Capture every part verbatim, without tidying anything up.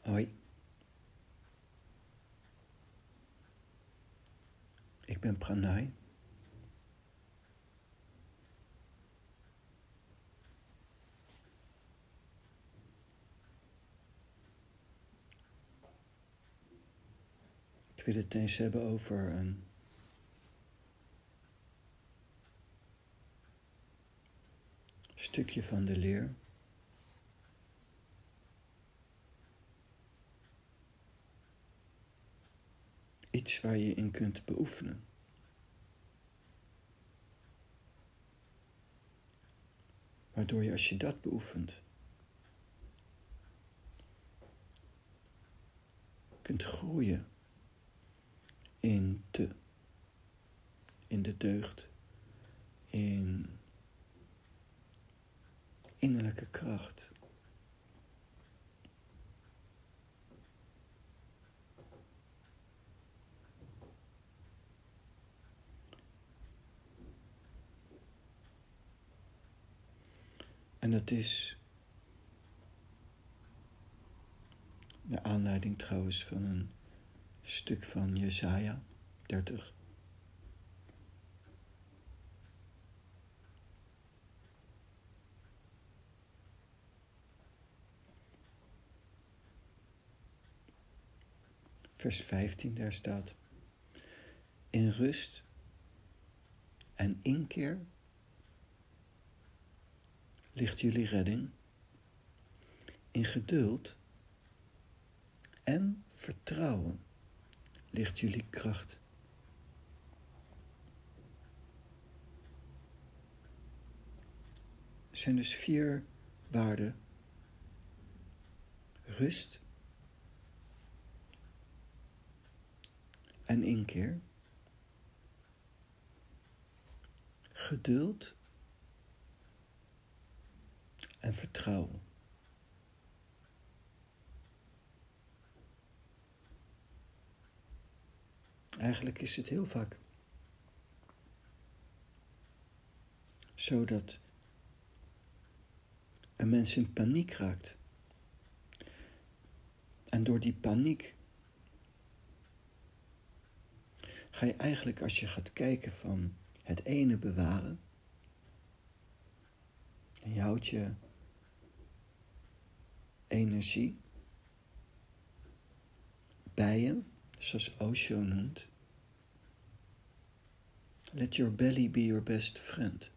Hoi. Ik ben Pranay. Ik wil het eens hebben over een stukje van de leer. Iets waar je in kunt beoefenen. Waardoor je, als je dat beoefent, kunt groeien in de, in de deugd, in innerlijke kracht. En dat is de aanleiding trouwens van een stuk van Jesaja dertig. Vers vijftien, daar staat: in rust en inkeer ligt jullie redding, in geduld en vertrouwen ligt jullie kracht. Er zijn dus vier waarden: rust en inkeer, geduld en vertrouwen. Eigenlijk is het heel vaak zo dat een mens in paniek raakt. En door die paniek ga je eigenlijk, als je gaat kijken van het ene bewaren, en je houdt je energie bij je, zoals Osho noemt. Let your belly be your best friend.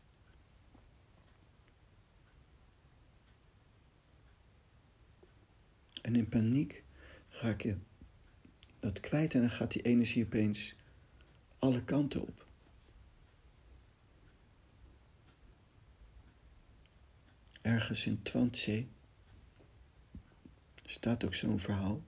En in paniek raak je dat kwijt en dan gaat die energie opeens alle kanten op. Ergens in Twantse staat ook zo'n verhaal.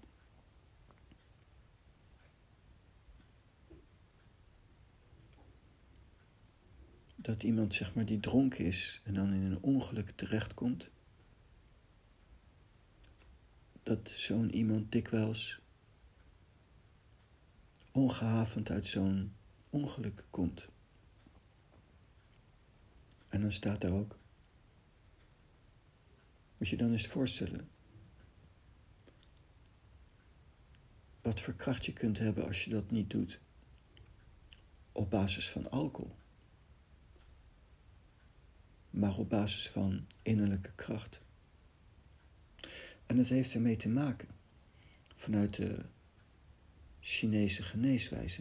Dat iemand, zeg maar, die dronken is en dan in een ongeluk terechtkomt. Dat zo'n iemand dikwijls ongehavend uit zo'n ongeluk komt. En dan staat daar ook, moet je dan eens voorstellen, wat voor kracht je kunt hebben als je dat niet doet op basis van alcohol, maar op basis van innerlijke kracht. En het heeft ermee te maken vanuit de Chinese geneeswijze.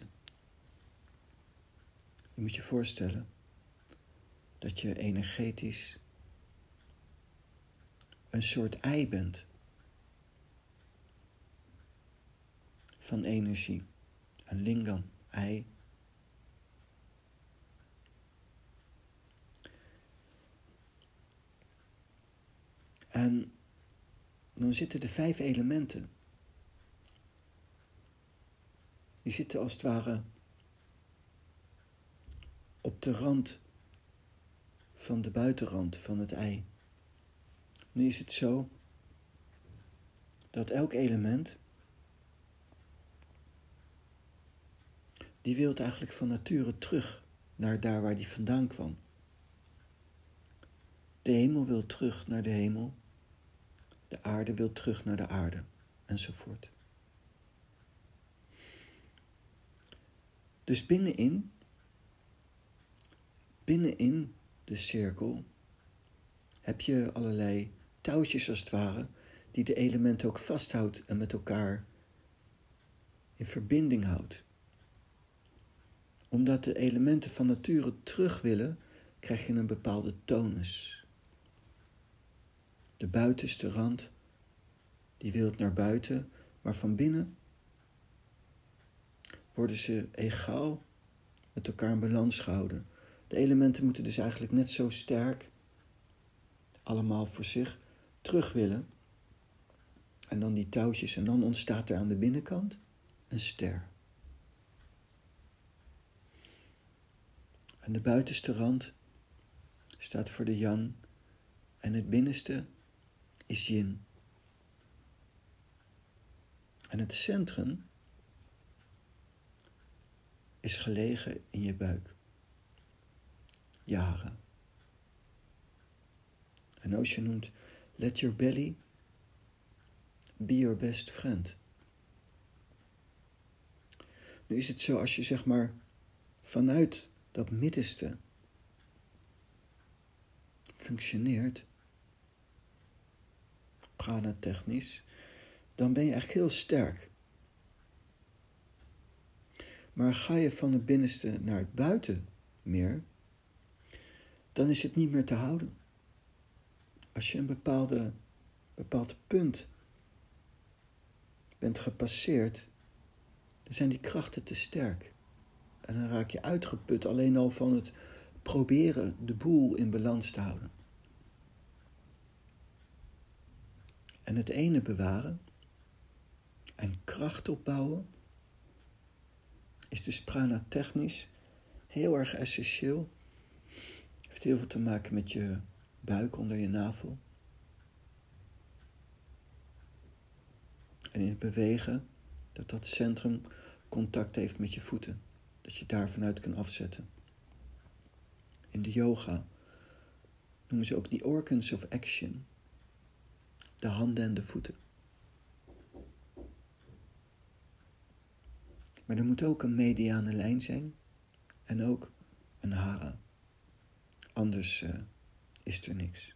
Je moet je voorstellen dat je energetisch een soort ei bent van energie. Een lingam, ei. En dan zitten de vijf elementen. Die zitten als het ware op de rand van de buitenrand van het ei. Nu is het zo dat elk element, die wil eigenlijk van nature terug naar daar waar die vandaan kwam. De hemel wil terug naar de hemel. De aarde wil terug naar de aarde. enzovoort. Dus binnenin, binnenin de cirkel heb je allerlei touwtjes als het ware, die de elementen ook vasthoudt en met elkaar in verbinding houdt. Omdat de elementen van nature terug willen, krijg je een bepaalde tonus. De buitenste rand, die wil naar buiten, maar van binnen worden ze egaal met elkaar in balans gehouden. De elementen moeten dus eigenlijk net zo sterk, allemaal voor zich, terug willen. En dan die touwtjes, en dan ontstaat er aan de binnenkant een ster. En de buitenste rand staat voor de yang en het binnenste is yin. En het centrum is gelegen in je buik, je haren. En Osho noemt, let your belly be your best friend. Nu is het zo, als je zeg maar vanuit dat middenste functioneert, prana-technisch, dan ben je eigenlijk heel sterk. Maar ga je van het binnenste naar het buiten meer, dan is het niet meer te houden. Als je een bepaalde, bepaald punt bent gepasseerd, dan zijn die krachten te sterk. En dan raak je uitgeput alleen al van het proberen de boel in balans te houden. En het ene bewaren en kracht opbouwen is dus prana-technisch heel erg essentieel. Heeft heel veel te maken met je buik onder je navel. En in het bewegen, dat dat centrum contact heeft met je voeten. Dat je daar vanuit kan afzetten. In de yoga noemen ze ook die organs of action. De handen en de voeten. Maar er moet ook een mediane lijn zijn. En ook een hara. Anders uh, is er niks.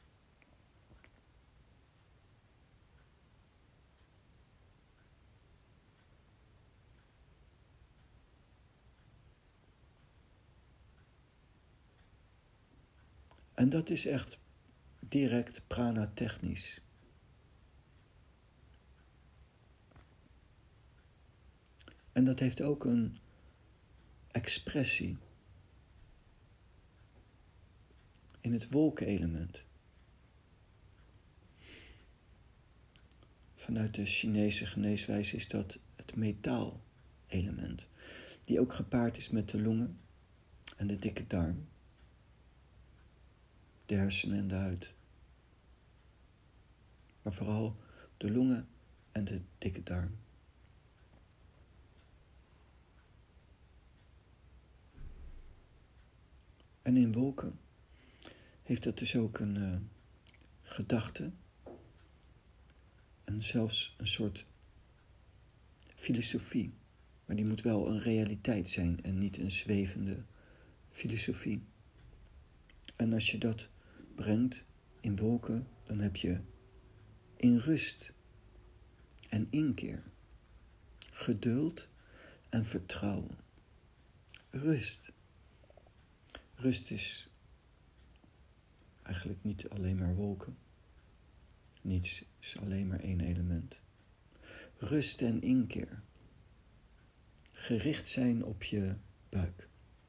En dat is echt direct prana-technisch. En dat heeft ook een expressie in het wolkenelement. Vanuit de Chinese geneeswijze is dat het metaalelement, die ook gepaard is met de longen en de dikke darm, de hersenen en de huid. Maar vooral de longen en de dikke darm. En in wolken heeft dat dus ook een uh, gedachte en zelfs een soort filosofie. Maar die moet wel een realiteit zijn en niet een zwevende filosofie. En als je dat brengt in wolken, dan heb je in rust en inkeer, geduld en vertrouwen. Rust. Rust is eigenlijk niet alleen maar wolken. Niets is alleen maar één element. Rust en inkeer. Gericht zijn op je buik.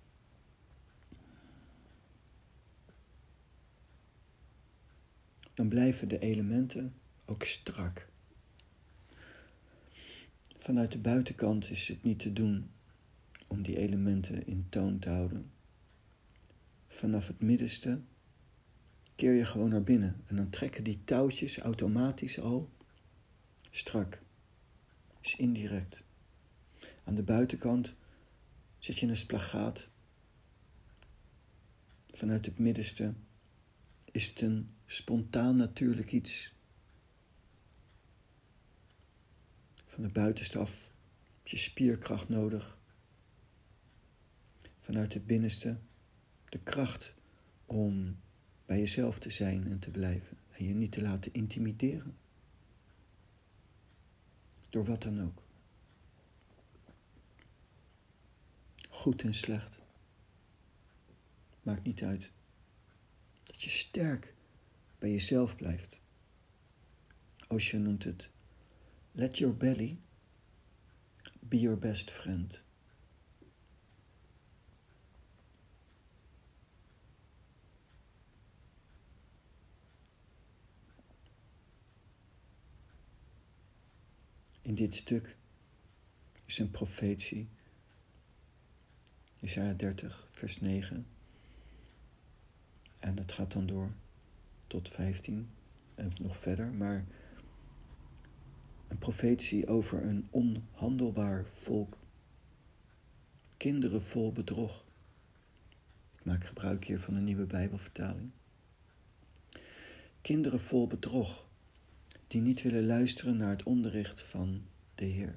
Dan blijven de elementen ook strak. Vanuit de buitenkant is het niet te doen om die elementen in toon te houden. Vanaf het middenste keer je gewoon naar binnen. En dan trekken die touwtjes automatisch al strak. Is indirect. Aan de buitenkant zit je in een splagaat. Vanuit het middenste is het een spontaan natuurlijk iets. Van de buitenste af heb je spierkracht nodig. Vanuit het binnenste de kracht om bij jezelf te zijn en te blijven. En je niet te laten intimideren. Door wat dan ook. Goed en slecht. Maakt niet uit. Dat je sterk bij jezelf blijft. Osho noemt het: let your belly be your best friend. In dit stuk is een profetie. Jesaja dertig, vers negen. En dat gaat dan door tot vijftien en nog verder. Maar een profetie over een onhandelbaar volk. Kinderen vol bedrog. Ik maak gebruik hier van een nieuwe Bijbelvertaling. Kinderen vol bedrog, die niet willen luisteren naar het onderricht van de Heer.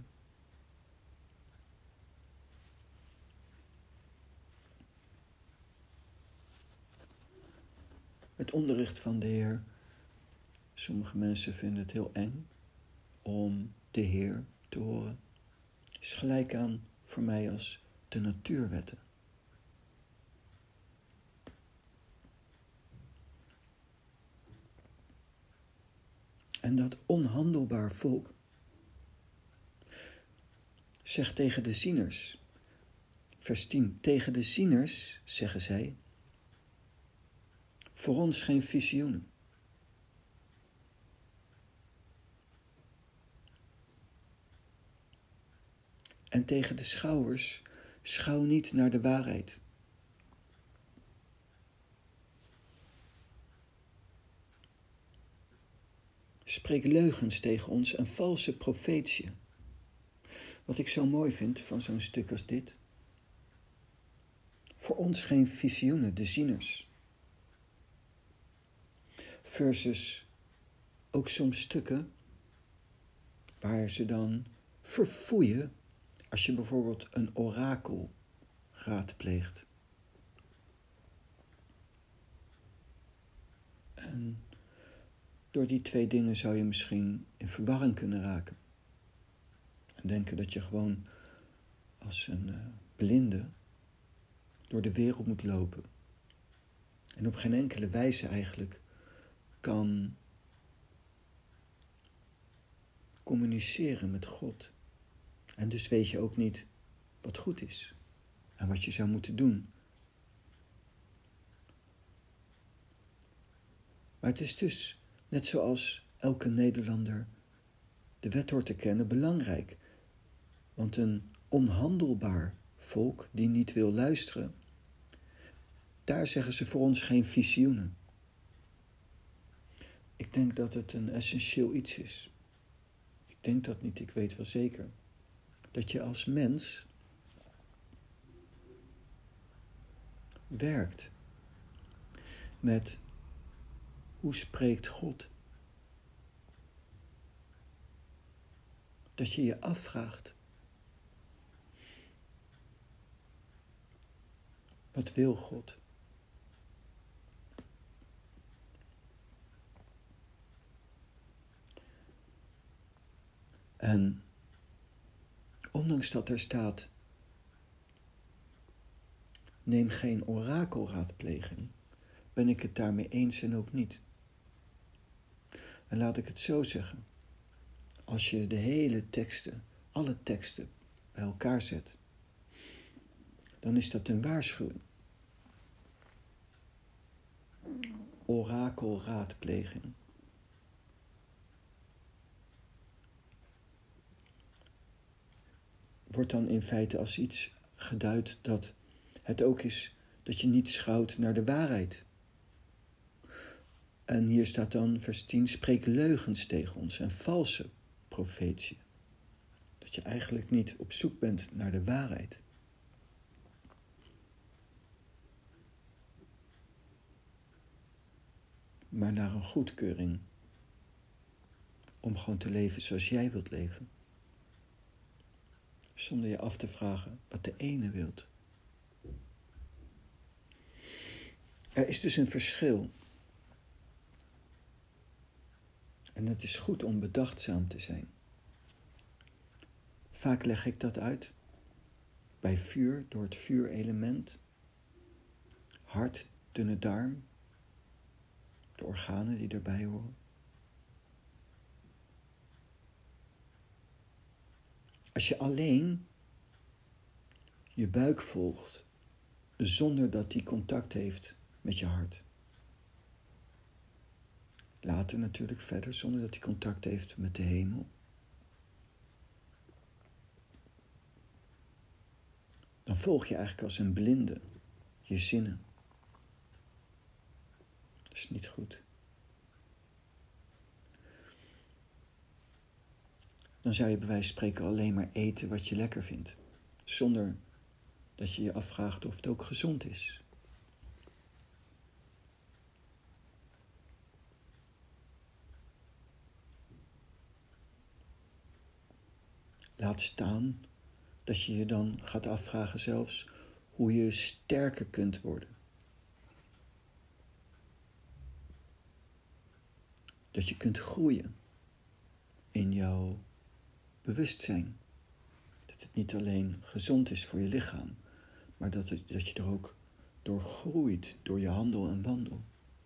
Het onderricht van de Heer. Sommige mensen vinden het heel eng om de Heer te horen. Is gelijk aan voor mij als de natuurwetten. En dat onhandelbaar volk zegt tegen de zieners, vers tien, tegen de zieners zeggen zij, voor ons geen visioenen. En tegen de schouwers, schouw niet naar de waarheid. Spreek leugens tegen ons en valse profetieën. Wat ik zo mooi vind van zo'n stuk als dit. Voor ons geen visioenen, de zieners. Versus ook soms stukken waar ze dan verfoeien als je bijvoorbeeld een orakel raadpleegt. En door die twee dingen zou je misschien in verwarring kunnen raken. En denken dat je gewoon als een uh, blinde door de wereld moet lopen. En op geen enkele wijze eigenlijk kan communiceren met God. En dus weet je ook niet wat goed is en wat je zou moeten doen. Maar het is dus, net zoals elke Nederlander de wet hoort te kennen, belangrijk. Want een onhandelbaar volk die niet wil luisteren, daar zeggen ze voor ons geen visioenen. Ik denk dat het een essentieel iets is. Ik denk dat niet, ik weet wel zeker. Dat je als mens werkt met hoe spreekt God. Dat je je afvraagt. Wat wil God? En ondanks dat er staat, neem geen orakelraadpleging, ben ik het daarmee eens en ook niet. En laat ik het zo zeggen. Als je de hele teksten, alle teksten bij elkaar zet, dan is dat een waarschuwing. Orakelraadpleging. Wordt dan in feite als iets geduid dat het ook is dat je niet schouwt naar de waarheid. En hier staat dan vers tien, spreek leugens tegen ons en valse profetie. Dat je eigenlijk niet op zoek bent naar de waarheid. Maar naar een goedkeuring. Om gewoon te leven zoals jij wilt leven. zonder je af te vragen wat de ene wilt. Er is dus een verschil. En het is goed om bedachtzaam te zijn. Vaak leg ik dat uit bij vuur door het vuurelement, hart, dunne darm, de organen die erbij horen. Als je alleen je buik volgt, zonder dat die contact heeft met je hart. Later natuurlijk verder, zonder dat die contact heeft met de hemel. Dan volg je eigenlijk als een blinde je zinnen. Dat is niet goed. Dan zou je bij wijze van spreken alleen maar eten wat je lekker vindt. Zonder dat je je afvraagt of het ook gezond is. Laat staan dat je je dan gaat afvragen zelfs hoe je sterker kunt worden. Dat je kunt groeien in jouw bewustzijn. Dat het niet alleen gezond is voor je lichaam, maar dat, het, dat je er ook door groeit, door je handel en wandel.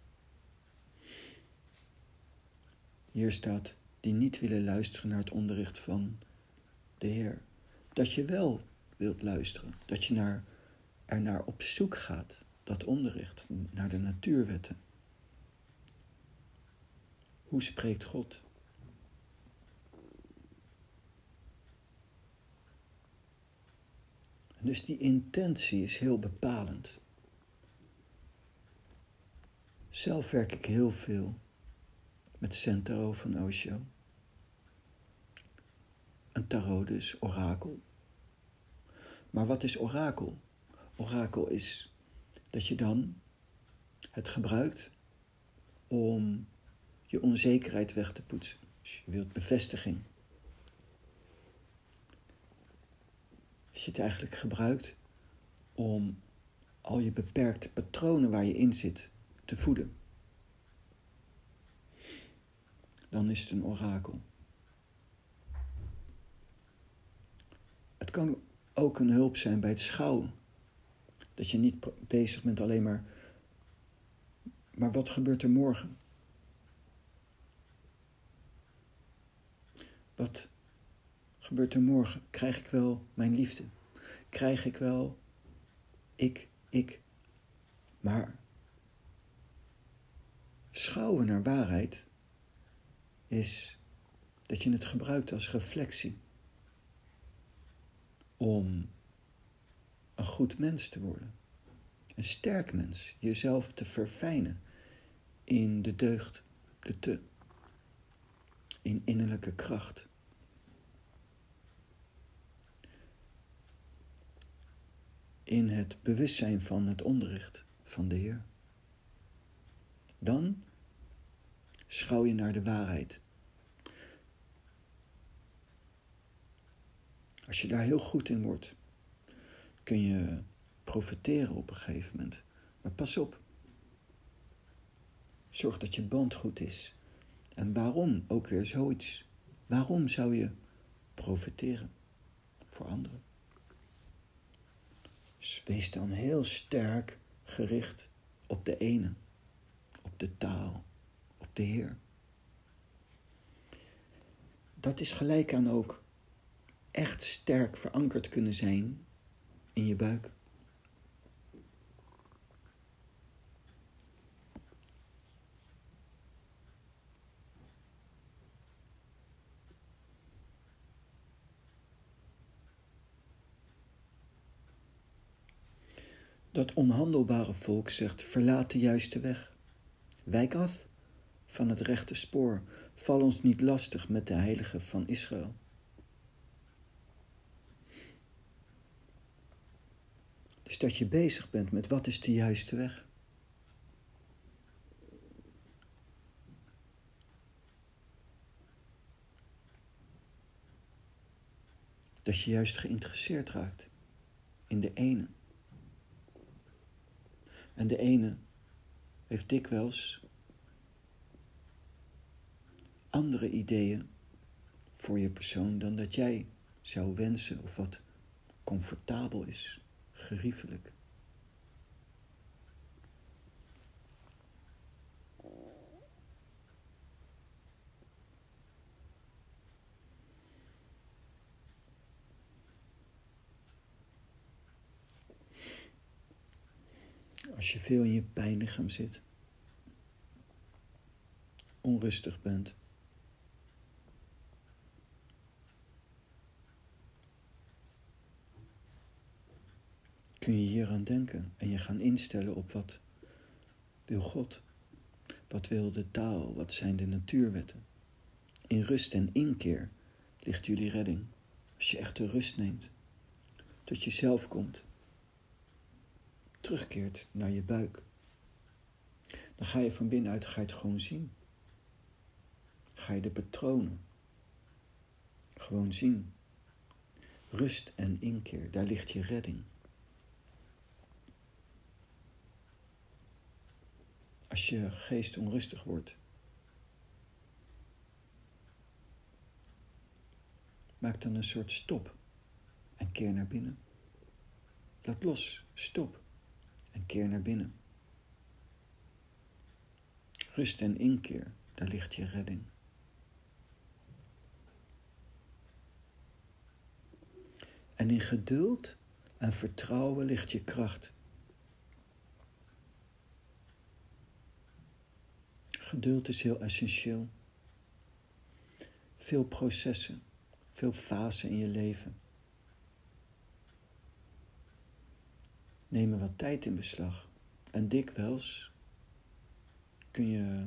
Hier staat, die niet willen luisteren naar het onderricht van de Heer. Dat je wel wilt luisteren, dat je naar, er naar op zoek gaat, dat onderricht, naar de natuurwetten. Hoe spreekt God? En dus die intentie is heel bepalend. Zelf werk ik heel veel met Centro van Osho. Een tarot dus, orakel. Maar wat is orakel? Orakel is dat je dan het gebruikt om je onzekerheid weg te poetsen. Dus je wilt bevestiging. Als je het eigenlijk gebruikt om al je beperkte patronen waar je in zit te voeden. Dan is het een orakel. Het kan ook een hulp zijn bij het schouwen. Dat je niet bezig bent alleen maar, maar wat gebeurt er morgen? Wat gebeurt er morgen? Krijg ik wel mijn liefde? Krijg ik wel ik, ik? Maar schouwen naar waarheid is dat je het gebruikt als reflectie om een goed mens te worden. Een sterk mens. Jezelf te verfijnen in de deugd, de te. In innerlijke kracht. In het bewustzijn van het onderricht van de Heer. Dan schouw je naar de waarheid. Als je daar heel goed in wordt, kun je profiteren op een gegeven moment. Maar pas op. Zorg dat je band goed is. En waarom ook weer zoiets? Waarom zou je profiteren voor anderen? Dus wees dan heel sterk gericht op de ene, op de taal, op de Heer. Dat is gelijk aan ook echt sterk verankerd kunnen zijn in je buik. Dat onhandelbare volk zegt, verlaat de juiste weg. Wijk af van het rechte spoor. Val ons niet lastig met de heiligen van Israël. Dus dat je bezig bent met wat is de juiste weg. dat je juist geïnteresseerd raakt in de ene. En de ene heeft dikwijls andere ideeën voor je persoon dan dat jij zou wensen of wat comfortabel is, geriefelijk. Als je veel in je pijnlichaam zit, onrustig bent, kun je hier aan denken en je gaan instellen op wat wil God, wat wil de taal, wat zijn de natuurwetten. In rust en inkeer ligt jullie redding. Als je echt de rust neemt, tot je zelf komt, terugkeert naar je buik, dan ga je van binnenuit ga je het gewoon zien. Ga je de patronen gewoon zien. Rust en inkeer, daar ligt je redding. Als je geest onrustig wordt, maak dan een soort stop en keer naar binnen. Laat los, stop en keer naar binnen. Rust en inkeer, daar ligt je redding. En in geduld en vertrouwen ligt je kracht. Geduld is heel essentieel. Veel processen, veel fasen in je leven nemen wat tijd in beslag. En dikwijls kun je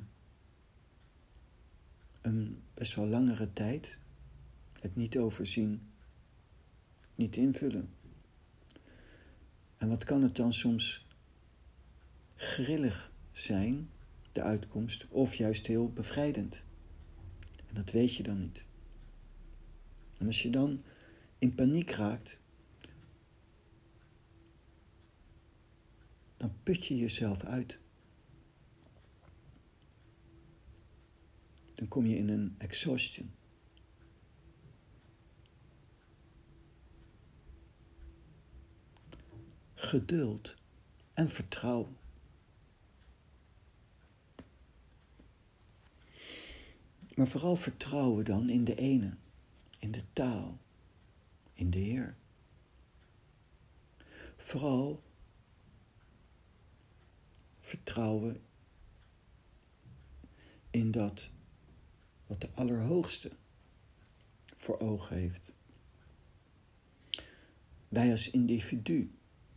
een best wel langere tijd het niet overzien, niet invullen. En wat kan het dan soms grillig zijn, de uitkomst, of juist heel bevrijdend. En dat weet je dan niet. En als je dan in paniek raakt, dan put je jezelf uit. Dan kom je in een exhaustion. Geduld en vertrouwen. Maar vooral vertrouwen dan in de ene, in de taal, in de Heer. Vooral vertrouwen in dat wat de Allerhoogste voor ogen heeft. Wij als individu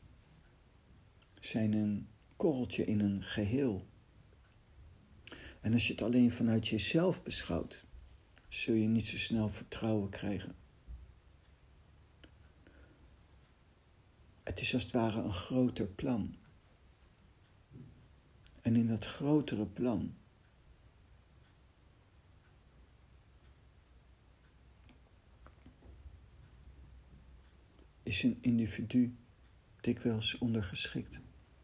zijn een korreltje in een geheel. En als je het alleen vanuit jezelf beschouwt, zul je niet zo snel vertrouwen krijgen. Het is als het ware een groter plan. En in dat grotere plan is een individu dikwijls ondergeschikt.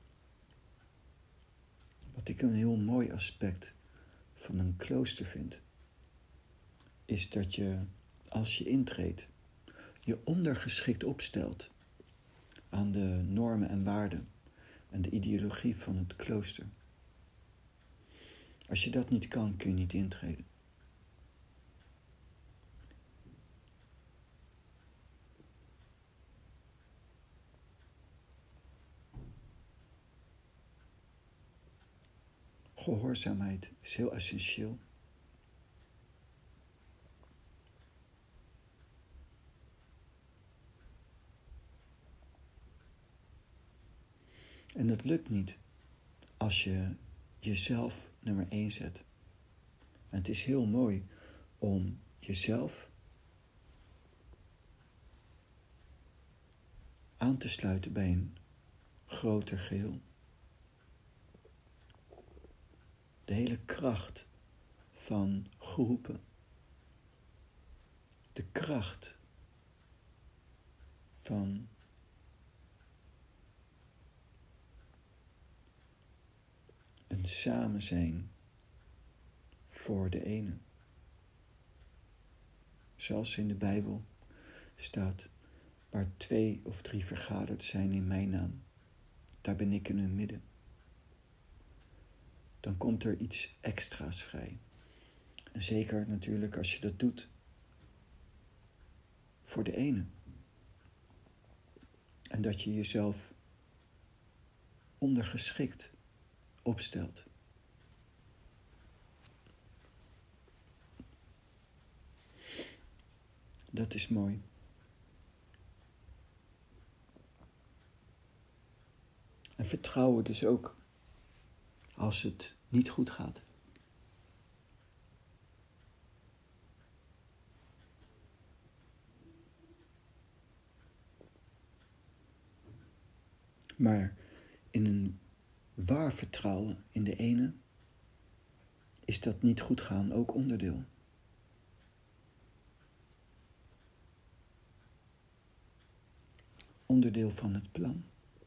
Wat ik een heel mooi aspect van een klooster vind, is dat je, als je intreedt, je ondergeschikt opstelt aan de normen en waarden en de ideologie van het klooster. Als je dat niet kan, kun je niet intreden. Gehoorzaamheid is heel essentieel. En dat lukt niet als je jezelf nummer één zet. En het is heel mooi om jezelf aan te sluiten bij een groter geheel. De hele kracht van groepen. De kracht van een samen zijn voor de ene. Zoals in de Bijbel staat, waar twee of drie vergaderd zijn in mijn naam, daar ben ik in hun midden. Dan komt er iets extra's vrij. En zeker natuurlijk als je dat doet voor de ene. En dat je jezelf ondergeschikt opstelt. Dat is mooi. En vertrouwen dus ook als het niet goed gaat. Maar in een waar vertrouwen in de ene is dat niet goed gaan ook onderdeel. Onderdeel van het plan.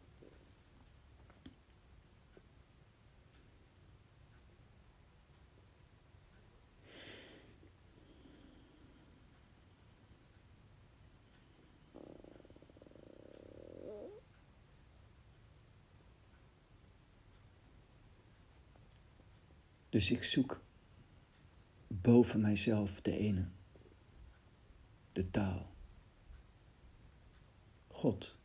Dus ik zoek boven mijzelf de ene, de taal, God.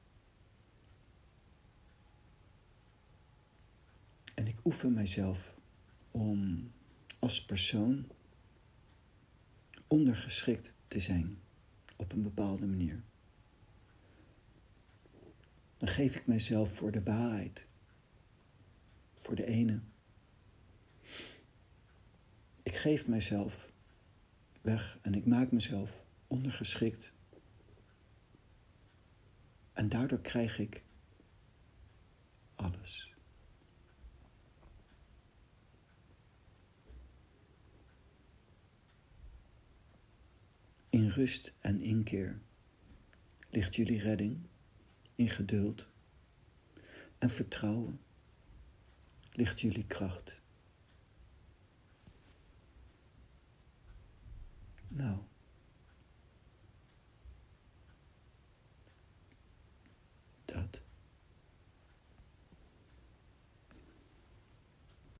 En ik oefen mijzelf om als persoon ondergeschikt te zijn op een bepaalde manier. Dan geef ik mijzelf voor de waarheid, voor de ene. Ik geef mijzelf weg en ik maak mezelf ondergeschikt. En daardoor krijg ik alles. In rust en inkeer ligt jullie redding, in geduld en vertrouwen ligt jullie kracht. Nou,